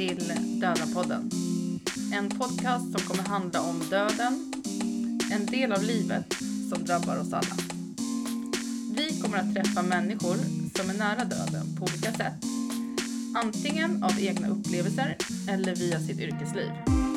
till Döda-podden. En podcast som kommer handla om döden, en del av livet som drabbar oss alla. Vi kommer att träffa människor som är nära döden på olika sätt. Antingen av egna upplevelser eller via sitt yrkesliv.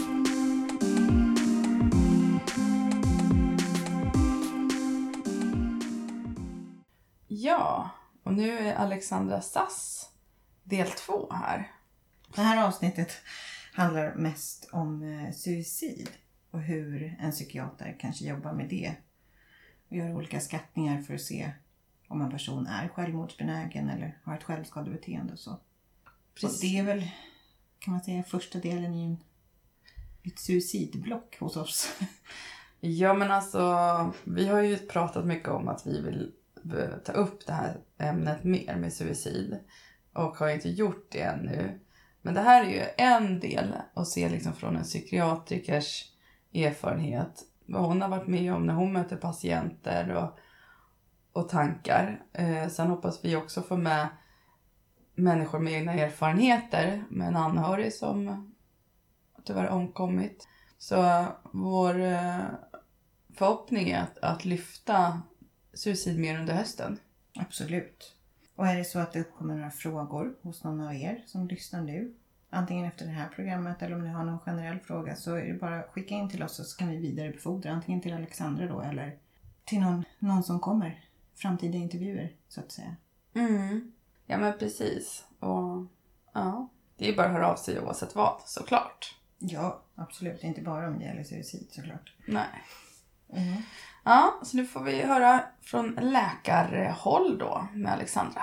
Ja, och nu är Alexandra Sass del 2 här. Det här avsnittet handlar mest om suicid och hur en psykiater kanske jobbar med det. Och gör olika skattningar för att se om en person är självmordsbenägen eller har ett självskadebeteende och så. Precis. Och det är väl, kan man säga, första delen i ett suicidblock hos oss. Ja, men alltså, vi har ju pratat mycket om att vi vill ta upp det här ämnet mer med suicid. Och har inte gjort det ännu. Men det här är ju en del att se liksom från en psykiatrikers erfarenhet. Vad hon har varit med om när hon möter patienter och tankar. Sen hoppas vi också få med människor med egna erfarenheter. Med en anhörig som tyvärr omkommit. Så vår förhoppning är att lyfta suicid mer under hösten. Absolut. Och är det så att det uppkommer några frågor hos någon av er som lyssnar nu, antingen efter det här programmet eller om ni har någon generell fråga, så är det bara att skicka in till oss, så kan vi vidarebefordra antingen till Alexandra då eller till någon som kommer. Framtida intervjuer så att säga. Mm. Ja, men precis. Och ja, det är bara att höra av sig oavsett vad, såklart. Ja, absolut. Inte bara om det gäller suicid, såklart. Nej. Mm. Ja, så nu får vi höra från läkarhåll då med Alexandra.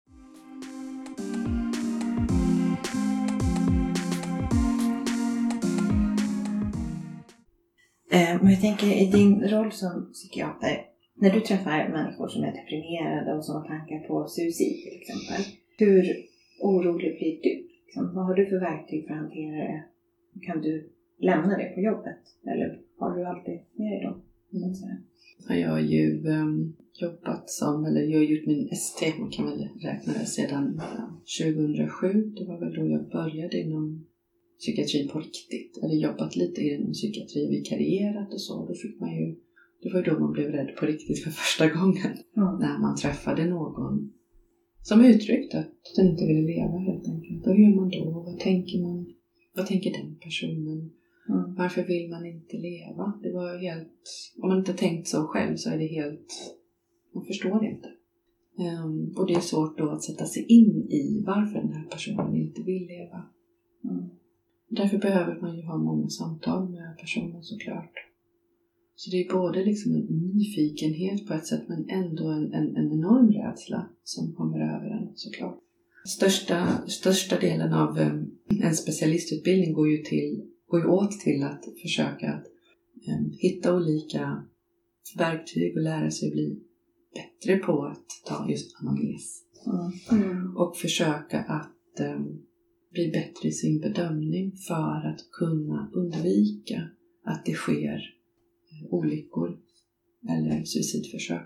Men jag tänker i din roll som psykiater, när du träffar människor som är deprimerade och som har tankar på suicid till exempel, hur orolig blir du? Vad har du för verktyg för att hantera det? Kan du lämna det på jobbet? Eller har du alltid med dig dem? Jag har ju jobbat som, eller jag har gjort min ST, man kan väl räkna det, sedan 2007. Det var väl då jag började inom psykiatrin på riktigt. Jag hade jobbat lite inom psykiatri och vikarierat och så. Då fick man ju, det var ju då man blev rädd på riktigt för första gången. När man träffade någon som uttryckte att den inte ville leva helt enkelt. Och hur gör man då? Vad tänker man? Vad tänker den personen? Varför vill man inte leva? Det var helt, om man inte tänkt så själv så är det helt, man förstår det inte. Och det är svårt då att sätta sig in i varför den här personen inte vill leva. Därför behöver man ju ha många samtal med personen såklart. Så det är både liksom en nyfikenhet på ett sätt, men ändå en enorm rädsla som kommer över en såklart. Största delen av en specialistutbildning går ju åt till att försöka att hitta olika verktyg och lära sig bli bättre på att ta just anamnes. Och försöka att bli bättre i sin bedömning för att kunna undvika att det sker olyckor eller suicidförsök.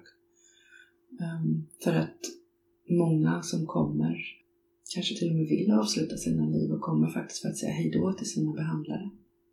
För att många som kommer kanske till och med vill avsluta sina liv och kommer faktiskt för att säga hej då till sina behandlare.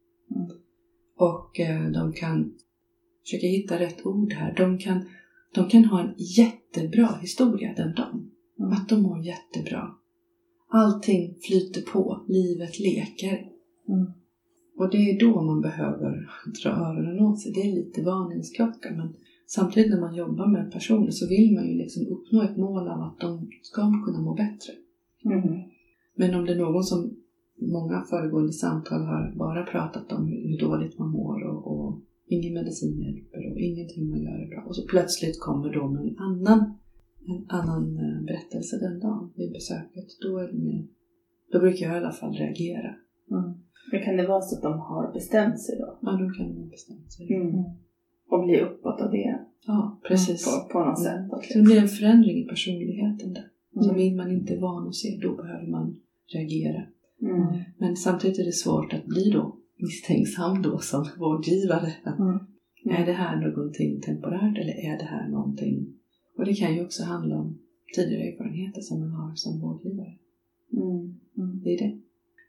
Och de kan försöka hitta rätt ord här. De kan ha en jättebra historia den dagen. Att de mår jättebra. Allting flyter på. Livet leker. Och det är då man behöver dra öronen åt sig. Det är lite varningsklocka. Men samtidigt när man jobbar med personer så vill man ju liksom uppnå ett mål av att de ska kunna må bättre. Men om det är någon som många föregående samtal har bara pratat om hur dåligt man mår och ingen medicin hjälper och ingenting man gör är bra. Och så plötsligt kommer då med en annan berättelse den dagen vid besöket. Då brukar jag i alla fall reagera. Men kan det vara så att de har bestämt sig då? Ja, de kan ha bestämt sig. Och bli uppåt av det? Ja, precis. På något sätt. Så det blir en förändring i personligheten där. Som man inte är van att se, då behöver man reagera. Men samtidigt är det svårt att bli då misstänksam då som vårdgivare. Är det här någonting temporärt eller är det här någonting? Och det kan ju också handla om tidigare erfarenheter som man har som vårdgivare. Det är det.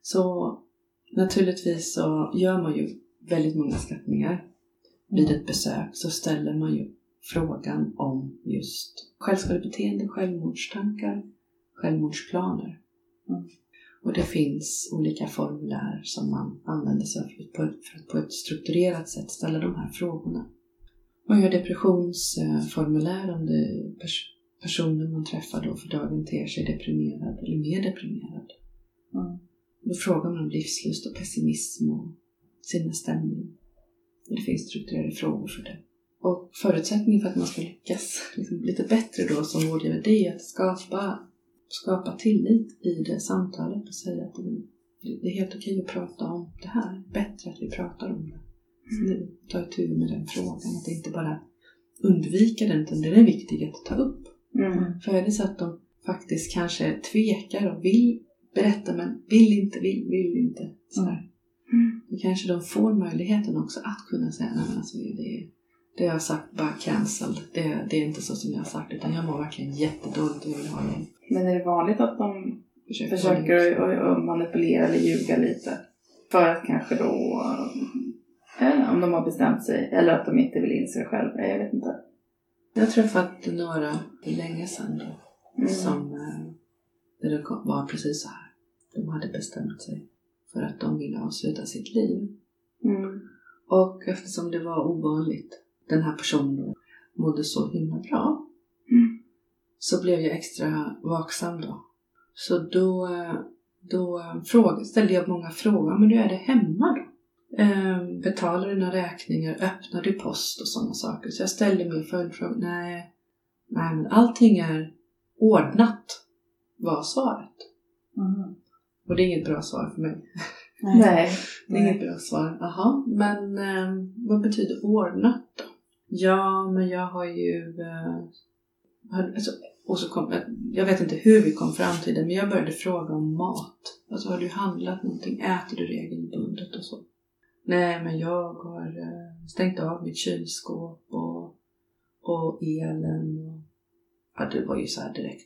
Så naturligtvis så gör man ju väldigt många skattningar. Vid ett besök så ställer man ju frågan om just självskadebeteende, självmordstankar, självmordsplaner. Och det finns olika formulär som man använder sig av för att på ett strukturerat sätt ställa de här frågorna. Man gör depressionsformulär om det personen man träffar då för dagen ter sig deprimerad eller mer deprimerad. Då frågar man om livslust och pessimism och sinnesstämning. Och det finns strukturerade frågor för det. Och förutsättningen för att man ska lyckas liksom lite bättre då som vårdgivare, det är att skapa tillit i det samtalet och säga att det är helt okej att prata om det här. Bättre att vi pratar om det. Så ta itu med den frågan. Att inte bara undvika den, utan den är viktig att ta upp. För är det så att de faktiskt kanske tvekar och vill berätta men vill inte. Sådär. Då kanske de får möjligheten också att kunna säga nej men alltså det jag har sagt bara cancelled. Det är inte så som jag har sagt utan jag mår verkligen jättedåligt och jag vill ha hjälp. Men är det vanligt att de försöker att manipulera eller ljuga lite? För att kanske då, om de har bestämt sig eller att de inte vill inse det själv. Jag vet inte. Jag har träffat några för länge sedan då, som det var precis så här. De hade bestämt sig för att de ville avsluta sitt liv. Och eftersom det var ovanligt, den här personen då mådde så himla bra, så blev jag extra vaksam då. Så då ställde jag många frågor. Men hur är det hemma då? Betalar du några räkningar? Öppnar du post och sådana saker? Så jag ställde min följdfråga. Nej, men allting är ordnat, var svaret. Och det är inget bra svar för mig. Nej. Det är inget bra svar. Jaha, men vad betyder ordnat då? Ja, men jag har ju... och så jag vet inte hur vi kom fram till det, men jag började fråga om mat. Alltså har du handlat någonting? Äter du regelbundet och så? Nej, men jag har stängt av mitt kylskåp och elen. Ja, det var ju så här direkt.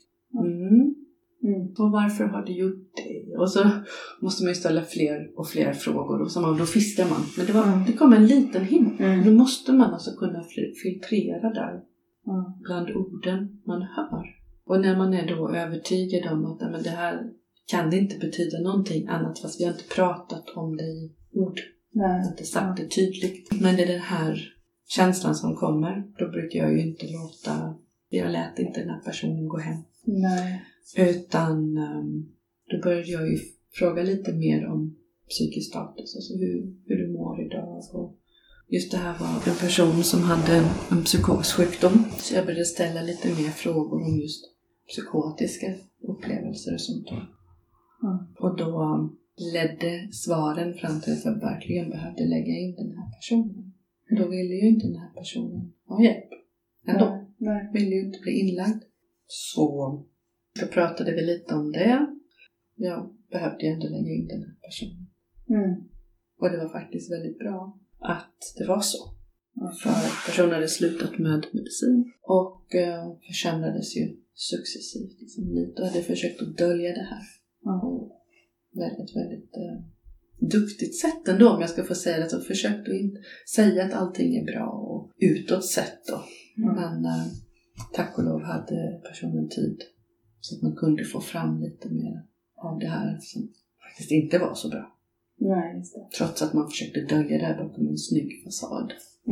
Och varför har du gjort det? Och så måste man ju ställa fler och fler frågor. Och då fiskar man. Men det kom en liten hint. Då måste man alltså kunna filtrera där. Bland orden man hör. Och när man är då övertygad om att men det här kan det inte betyda någonting annat. Fast vi har inte pratat om det i ord. Jag har inte sagt det tydligt. Men det är den här känslan som kommer. Då brukar jag ju inte jag lät inte den här personen gå hem. Nej. Utan då började jag ju fråga lite mer om psykisk status. Alltså hur du mår idag. Och just det här var en person som hade en psykossjukdom. Så jag började ställa lite mer frågor om just psykotiska upplevelser och sånt. Och då ledde svaren fram till att jag verkligen behövde lägga in den här personen. Då ville ju inte den här personen ha hjälp. Ändå. Ville ju inte bli inlagd. Så då pratade vi lite om det. Jag behövde ju ändå lägga in den här personen. Och det var faktiskt väldigt bra att det var så. För personen hade slutat med medicin. Och försämrades ju successivt. Liksom lite. Och hade försökt att dölja det här. Och väldigt, väldigt duktigt sätt ändå. Om jag ska få säga det. Så försökte inte säga att allting är bra. Och utåt sett då. Men tack och lov hade personen tid. Så att man kunde få fram lite mer av det här som faktiskt inte var så bra. Nej, just det. Trots att man försökte dölja det bakom en snygg fasad.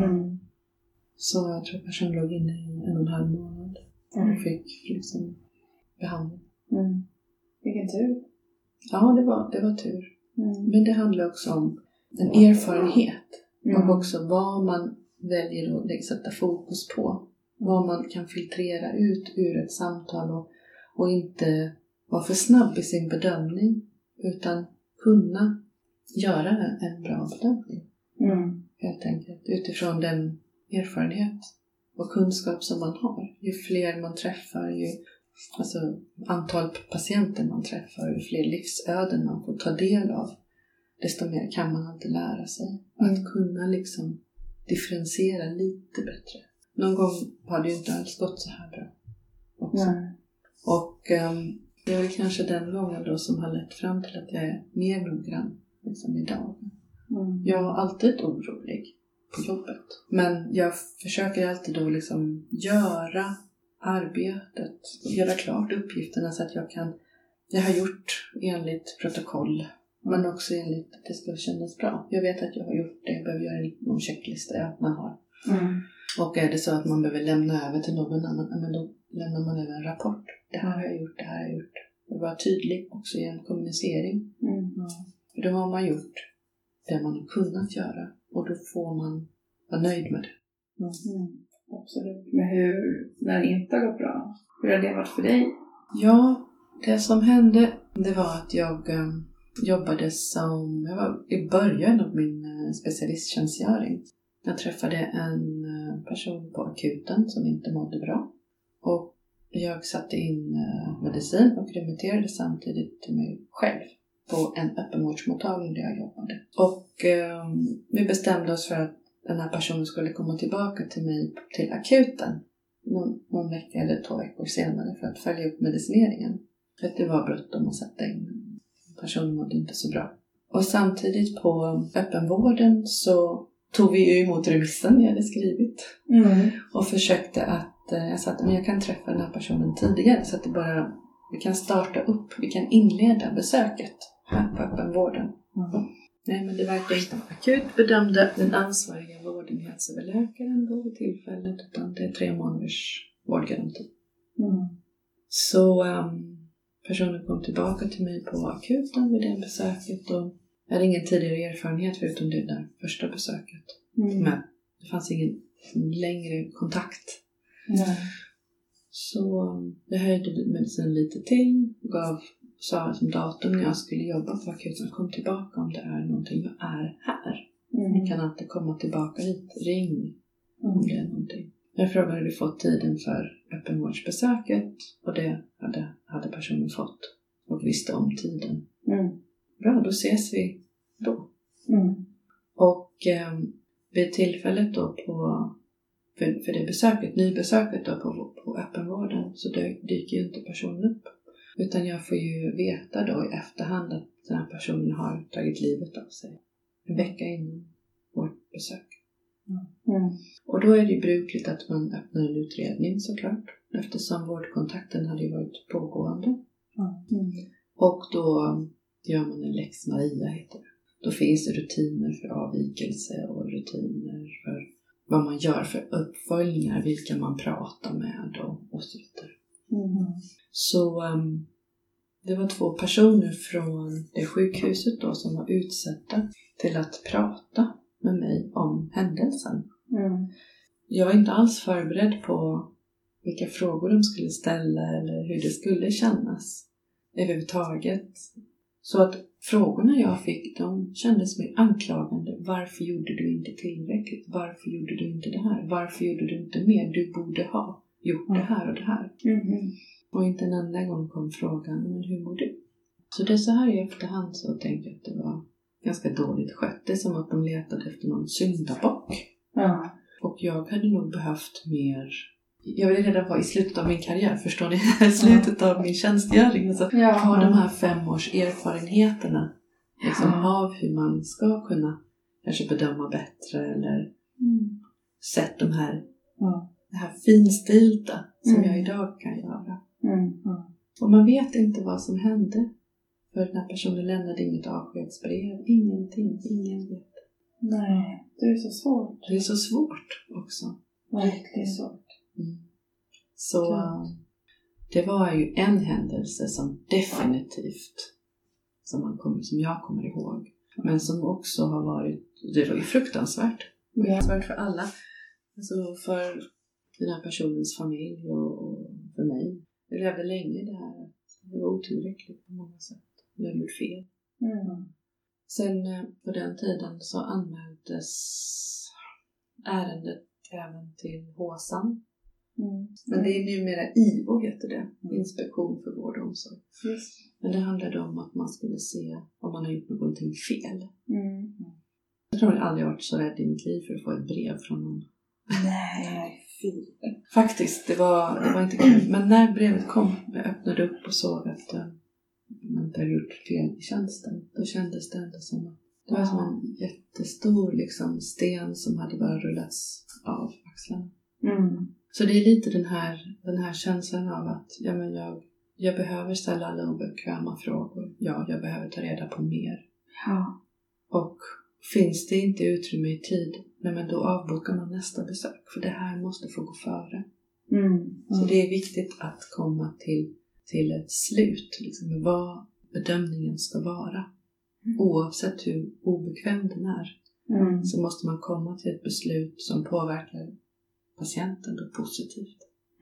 Så jag tror att personen låg inne i 1,5 månad. Och fick liksom behandling. Vilken tur. Ja, det var tur. Men det handlar också om en erfarenhet. Och också vad man väljer att sätta fokus på. Vad man kan filtrera ut ur ett samtal. Och inte vara för snabb i sin bedömning. Utan kunna göra en bra bedömning. Helt enkelt. Utifrån den erfarenhet och kunskap som man har. Ju fler man träffar, alltså antal patienter man träffar, ju fler livsöden man får ta del av. Desto mer kan man alltid lära sig. Att kunna liksom differentiera lite bättre. Någon gång har det ju inte alls gått så här bra också. Och Det är väl kanske den gången då som har lett fram till att jag är mer noggrann liksom idag. Jag är alltid orolig på jobbet. Men jag försöker alltid då liksom göra arbetet, göra klart uppgifterna så att jag har gjort enligt protokoll. Men också enligt att det ska kännas bra. Jag vet att jag har gjort det. Jag behöver göra någon checklista man har. Och är det så att man behöver lämna över till någon annan, men då lämnar man över en rapport. Det här har jag gjort, det här har jag gjort. Och vara tydlig också i en kommunicering. För då har man gjort det man har kunnat göra. Och då får man vara nöjd med det. Absolut. Men när det inte har gått bra, hur har det varit för dig? Ja, det som hände, det var att jag jobbade jag var i början av min specialisttjänstgöring. Jag träffade en person på akuten som inte mådde bra. Och jag satte in medicin och remitterade samtidigt till mig själv på en öppenvårdsmottagning där jag jobbade. Och vi bestämde oss för att den här personen skulle komma tillbaka till mig till akuten någon vecka eller 2 veckor senare för att följa upp medicineringen. För att det var bråttom att sätta in. Personen mådde inte så bra. Och samtidigt på öppenvården så tog vi emot remissen jag hade skrivit. Och försökte att jag sa att jag kan träffa den här personen tidigare så att vi kan starta upp, vi kan inleda besöket här på öppenvården. Nej, men det verkar inte akut, bedömde den ansvariga vårdenhetsöverläkaren då vid tillfället, utan det är 3 månaders vårdgaranti. Så personen kom tillbaka till mig på akuten vid det besöket och jag hade ingen tidigare erfarenhet förutom det där första besöket. Men det fanns ingen längre kontakt. Så jag höjde medicin lite till, sa som datum när jag skulle jobba på akuten, kom tillbaka om det är någonting, jag är här. Jag kan alltid komma tillbaka hit, ring om det är någonting. Jag frågade om du fått tiden för öppenvårdsbesöket och det hade personen fått och visste om tiden. Bra, då ses vi då. Och vid tillfället då för det besöket, nybesöket då på öppenvården, så dyker ju inte personen upp. Utan jag får ju veta då i efterhand att den här personen har tagit livet av sig. En vecka innan vårt besök. Och då är det ju brukligt att man öppnar en utredning såklart. Eftersom vårdkontakten hade ju varit pågående. Och då gör man en Lex Maria heter det. Då finns det rutiner för avvikelse och rutiner för vad man gör för uppföljningar, vilka man pratar med och så vidare. Så det var 2 personer från det sjukhuset då som var utsatta till att prata med mig om händelsen. Jag var inte alls förberedd på vilka frågor de skulle ställa eller hur det skulle kännas överhuvudtaget. Så att frågorna jag fick, de kändes mer anklagande. Varför gjorde du inte tillräckligt? Varför gjorde du inte det här? Varför gjorde du inte mer? Du borde ha gjort det här och det här. Och inte en enda gång kom frågan, men hur mår du? Så det är så här i efterhand så tänker jag att det var ganska dåligt skött. Det är som att de letade efter någon syndabock. Och jag hade nog behövt mer. Jag ville redan vara i slutet av min karriär, förstår ni? I slutet av min tjänstgöring. Alltså, ha de här 5 års erfarenheterna liksom, av hur man ska kunna kanske bedöma bättre. Eller sett det här finstilta som jag idag kan göra. Och man vet inte vad som hände. För den här personen lämnade inget avskedsbrev. Ingenting. Ingen vet. Nej, det är så svårt. Det är så svårt också. Verkligen svårt. Så det var ju en händelse som definitivt som jag kommer ihåg. Men som också har varit, det var ju fruktansvärt. Fruktansvärt för alla. Alltså för den här personens familj och för mig. Jag levde länge det här. Det var otillräckligt på många sätt. Jag hade gjort fel. Sen på den tiden så anmäldes ärendet även till HSAN. Men det är numera IVO heter det. Inspektion för vård och omsorg. Men det handlade om att man skulle se om man har gjort någonting fel. Jag tror jag aldrig varit så rädd i mitt liv för att få ett brev från någon Nej, fy. Faktiskt, det var inte kul. Men när brevet kom, jag öppnade upp och såg att man inte hade gjort fel i tjänsten. Då kändes det ändå som att det var som en jättestor liksom, sten som hade bara rullats av axlarna. Så det är lite den här känslan av att jag behöver ställa alla obekväma frågor. Ja, jag behöver ta reda på mer. Ja. Och finns det inte utrymme i tid, men då avbokar man nästa besök. För det här måste få gå före. Så det är viktigt att komma till ett slut. Liksom, vad bedömningen ska vara. Oavsett hur obekväm den är. Så måste man komma till ett beslut som påverkar patienten då positivt.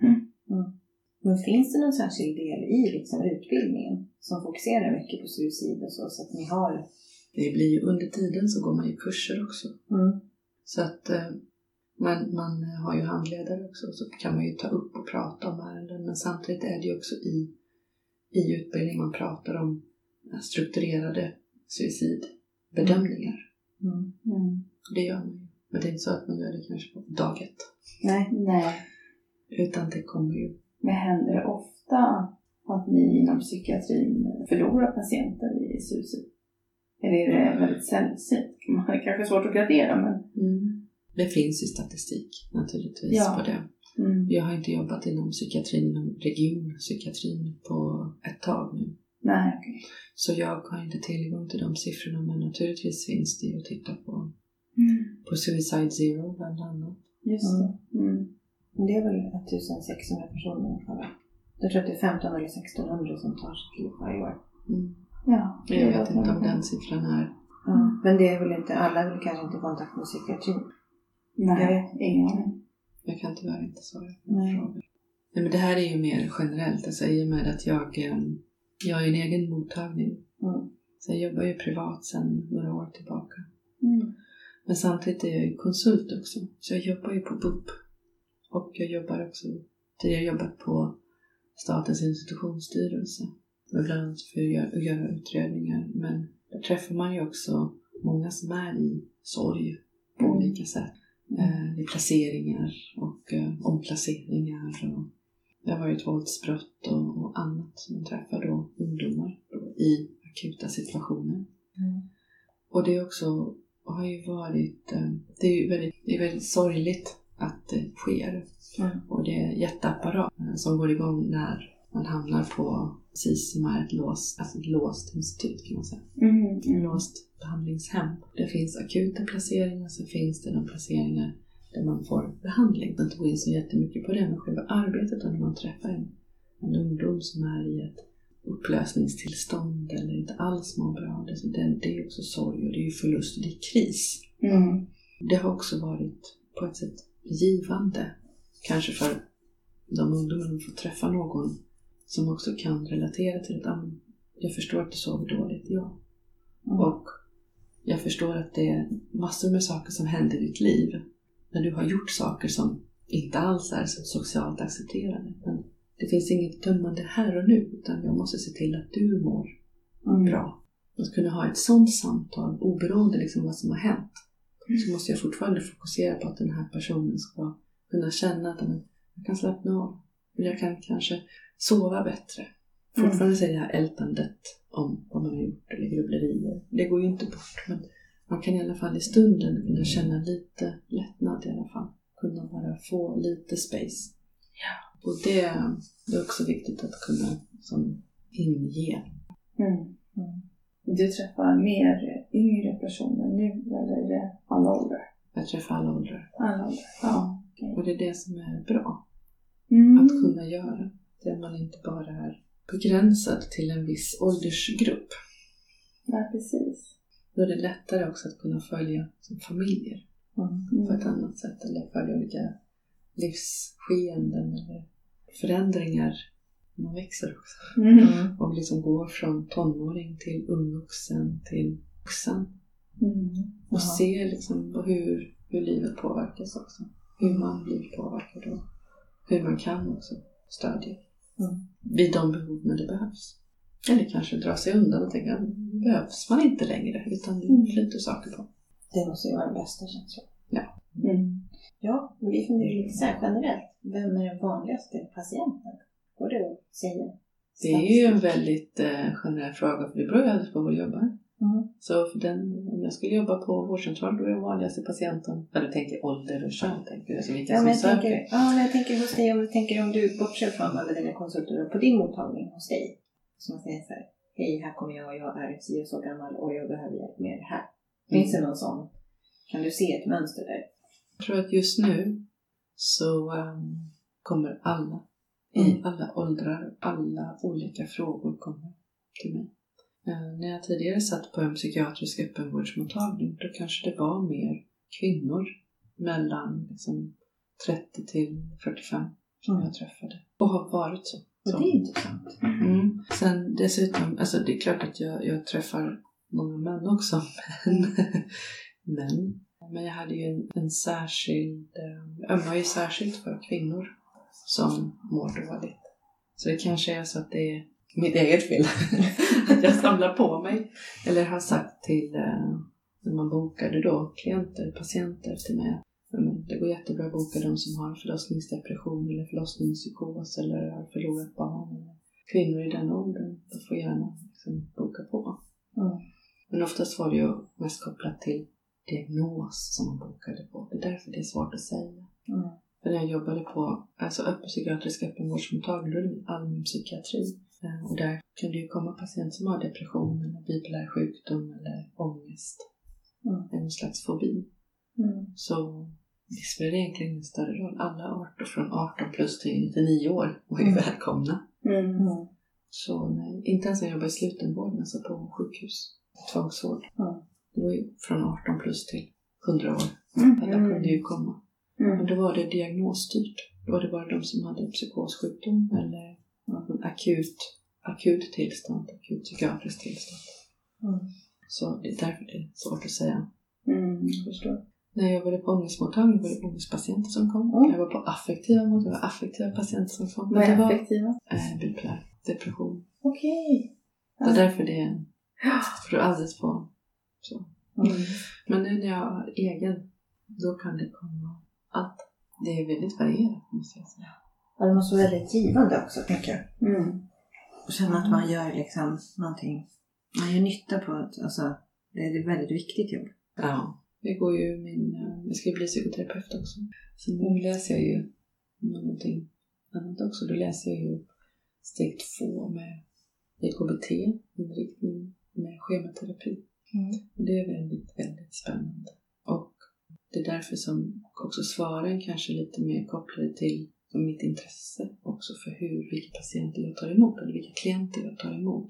Men finns det någon särskild del i liksom, utbildningen som fokuserar mycket på suicid och så att ni har? Det blir ju under tiden så går man ju kurser också. Så att man har ju handledare också, så kan man ju ta upp och prata om ärenden. Men samtidigt är det ju också i utbildning man pratar om strukturerade suicidbedömningar. Det gör man ju. Men det är inte så att man gör det kanske på dag 1. Nej. Utan det kommer ju. Men händer det ofta att ni inom psykiatrin förlorar patienter i suicid? Eller är det väldigt sällsynt? Det är kanske svårt att gradera, men... Det finns ju statistik naturligtvis på det. Jag har inte jobbat inom psykiatrin, inom regionpsykiatrin på ett tag nu. Nej, okej. Så jag har inte tillgång till de siffrorna, men naturligtvis finns det att titta på. På Suicide Zero bland annat. Just det. Det är väl 1600 personer för det. Jag tror att det är 1500 eller 1600 som tar sitt liv varje år. Ja, jag vet inte om den siffran är. Men det är väl inte, alla är väl kanske inte i kontakt med psykiatrin. Nej, jag vet ingen aning. Jag kan tyvärr inte svara på Nej. frågor. Nej, men det här är ju mer generellt. Alltså, i och med att jag är en egen mottagning. Så jag jobbar ju privat sedan några år tillbaka. Men samtidigt är jag ju konsult också. Så jag jobbar ju på BUP. Och jag jobbar också, tidigare jobbat på Statens institutionsstyrelse. Bland annat för att göra utredningar. Men där träffar man ju också många som är i sorg på olika sätt. Det är placeringar och omplaceringar. Och det har varit våldsbrott och annat. Man träffar då ungdomar i akuta situationer. Och det också har ju varit, det är väldigt sorgligt att det sker. Och det är jätteapparat som går igång när man hamnar på precis som är ett låst institut kan man säga. Låst behandlingshem. Det finns akuta placeringar, så finns det de placeringar där man får behandling. Man går in så jättemycket på det med själva arbetet, när man träffar en ungdom som är i ett upplösningstillstånd eller inte alls mår bra. Det är också sorg och det är förlust och det är kris. Det har också varit på ett sätt givande. Kanske för de ungdomarna får träffa någon som också kan relatera till att jag förstår att du sover dåligt, ja. Och jag förstår att det är massor med saker som händer i ditt liv när du har gjort saker som inte alls är så socialt accepterade. Men det finns inget dömande här och nu, utan jag måste se till att du mår bra. Att kunna ha ett sånt samtal oberoende liksom vad som har hänt, så måste jag fortfarande fokusera på att den här personen ska kunna känna att jag kan slappna av. Eller jag kan kanske sova bättre. Fortfarande säger det här ältandet om vad man har gjort eller grubblerier. Det går ju inte bort, men man kan i alla fall i stunden kunna känna lite lättnad i alla fall. Kunna bara få lite space. Ja. Och det är också viktigt att kunna som inge. Du träffar mer yngre personer nu, eller är det alla åldrar? Jag träffar alla åldrar. Alla åldrar, ja. Okay. Och det är det som är bra. Att kunna göra. Där man inte bara är begränsad till en viss åldersgrupp. Ja, precis. Då är det lättare också att kunna följa som familjer. På ett annat sätt. Eller följa olika livsskeenden eller förändringar. Man växer också. Och liksom går från tonåring till ungvuxen till vuxen. Och se liksom hur livet påverkas också. Hur man blir påverkad och hur man kan också stödja vid de behov när det behövs. Eller kanske dra sig undan och tänka att behövs man inte längre, utan nu flyter saker på. Det måste ju vara den bästa känslan. Ja. Ja, vi funderar lite så här generellt. Vem är den vanligaste patienten? Går det att säga? Det är ju en väldigt generell fråga, för det beror ju alldeles på vad du jobbar. Så för om jag skulle jobba på vårdcentral, då är den vanligaste patienten, när du tänker ålder och kön, tänker du, alltså vilka som söker. Men jag tänker hos dig, om du bortser från alla dina konsulter på din mottagning hos dig. Så man säger så här, hej, här kommer jag är 10 år gammal och jag behöver hjälp med det här. Finns det någon sån? Kan du se ett mönster där? Jag tror att just nu så kommer alla, i alla åldrar, alla olika frågor kommer till mig. När jag tidigare satt på en psykiatrisk öppenvårdsmottagning, då kanske det var mer kvinnor mellan liksom 30 till 45 som jag träffade. Och har varit så. Och det är intressant. Sen dessutom, alltså det är klart att jag träffar många män också. Men jag hade ju en särskild, ömmar ju särskilt för kvinnor som mår dåligt. Så det kanske är så att det är mitt eget fel att jag samlar på mig. Eller har sagt till, när man bokade då patienter till mig. Det går jättebra att boka de som har förlossningsdepression eller förlossningspsykos eller har förlorat barn. Eller kvinnor i den åldern, de får gärna liksom boka på. Men oftast var det ju mest kopplat till diagnos som man bokade på. Det är därför det är svårt att säga. För när jag jobbade på öppen psykiatrisk öppenvårdsmottagning, då är det allmän psykiatri. Och där kan det ju komma patienter som har depression eller bipolär sjukdom eller ångest. En slags fobi. Så det spelar egentligen ingen större roll. Alla från 18 plus till 99 år var ju välkomna. Så nej, inte ens när jag jobbade i slutenvården, alltså på sjukhus. Tvångsvård. Det var ju från 18 plus till 100 år. Alla kunde ju komma. Men då var det diagnosstyrt. Då var det bara de som hade psykossjukdom eller akut tillstånd, akut psykiatrisk tillstånd. Så det är därför det är svårt att säga. Förstår. När jag jobbade på ångestmottagning var det ångestpatienter som kom. Jag var på affektiva mottagningar, det var affektiva patienter som kom. Vad är affektiva? Bipolär depression. Okej. Det är därför det är för alldeles på så. Men nu när jag har egen, då kan det komma allt. Det är väldigt varierat, måste jag säga. Ja, det måste vara väldigt givande också, tänker jag. Och känna att man gör liksom någonting. Man gör nytta på det. Alltså, det är ett väldigt viktigt jobb. Ja, det går ju jag ska bli psykoterapeut också. Så nu läser jag ju någonting annat också. Då läser jag ju steg 2 med EKBT-inriktning med schematerapi. Och det är väldigt, väldigt spännande. Och det är därför som också svaren kanske lite mer kopplade till mitt intresse också för vilka patienter jag tar emot eller vilka klienter jag tar emot.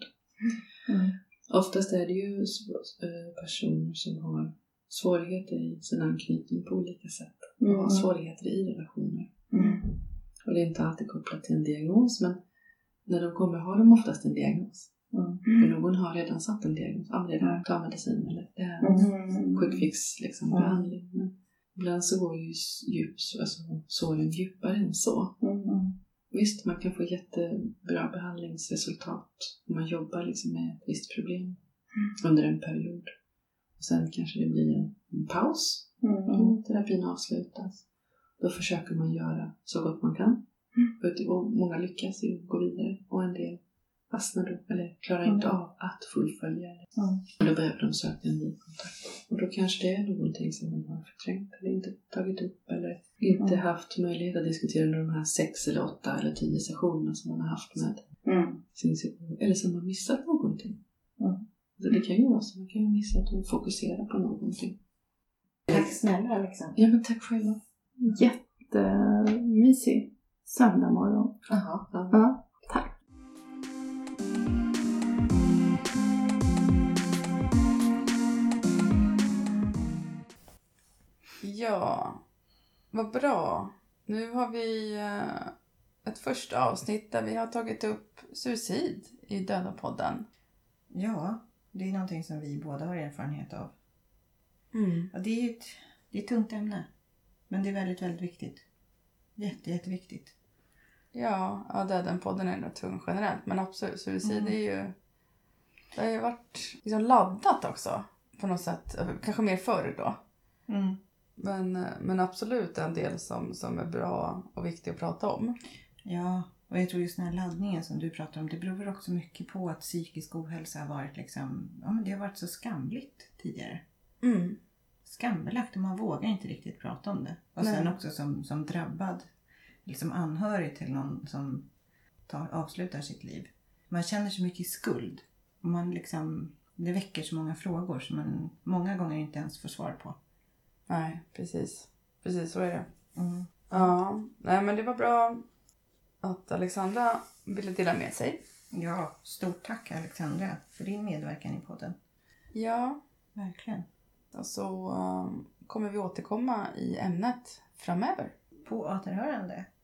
Oftast är det ju personer som har svårigheter i sin anknytning på olika sätt. Och har svårigheter i relationer. Och det är inte alltid kopplat till en diagnos, men när de kommer har de oftast en diagnos. För någon har redan satt en diagnos. Det här, ta medicin eller det här quick fix liksom, behandling. Men ibland så går ju såren djupare än så. Visst, man kan få jättebra behandlingsresultat om man jobbar liksom med ett visst problem under en period. Och sen kanske det blir en paus och terapin avslutas. Då försöker man göra så gott man kan. Och många lyckas ju gå vidare och en del fastnar då eller klarar inte av att fullfölja det. Och då behöver de söka en ny kontakt. Och då kanske det är någonting som man har förträngt eller inte tagit upp eller inte haft möjlighet att diskutera under de här 6 eller 8 eller 10 sessionerna som man har haft med sin psykolog. Eller som har missat någonting. Så det kan ju vara så. Man kan ju missa att fokusera på någonting. Tack snälla Alexander. Ja, men tack själva. Jättemysig söndag morgon. Ja, tack. Ja, vad bra. Nu har vi ett första avsnitt där vi har tagit upp suicid i Döda-podden. Ja, det är någonting som vi båda har erfarenhet av. Ja, det är ett tungt ämne. Men det är väldigt, väldigt viktigt. Jätteviktigt. Ja, Döden-podden är nog tung generellt. Men absolut, suicid är ju... Det har ju varit liksom laddat också. På något sätt. Kanske mer förr då. Men absolut en del som är bra och viktig att prata om. Ja, och jag tror just den här laddningen som du pratar om, det beror också mycket på att psykisk ohälsa har varit liksom, ja men det har varit så skamligt tidigare. Mm. Skambelagt och man vågar inte riktigt prata om det. Och sen också som drabbad, liksom anhörig till någon som avslutar sitt liv. Man känner så mycket skuld. Och man liksom, det väcker så många frågor som man många gånger inte ens får svar på. Nej, precis. Precis så är det. Mm. Ja, nej men det var bra att Alexandra ville dela med sig. Ja, stort tack Alexandra för din medverkan i podden. Ja, Verkligen. och så kommer vi återkomma i ämnet framöver. På återhörande.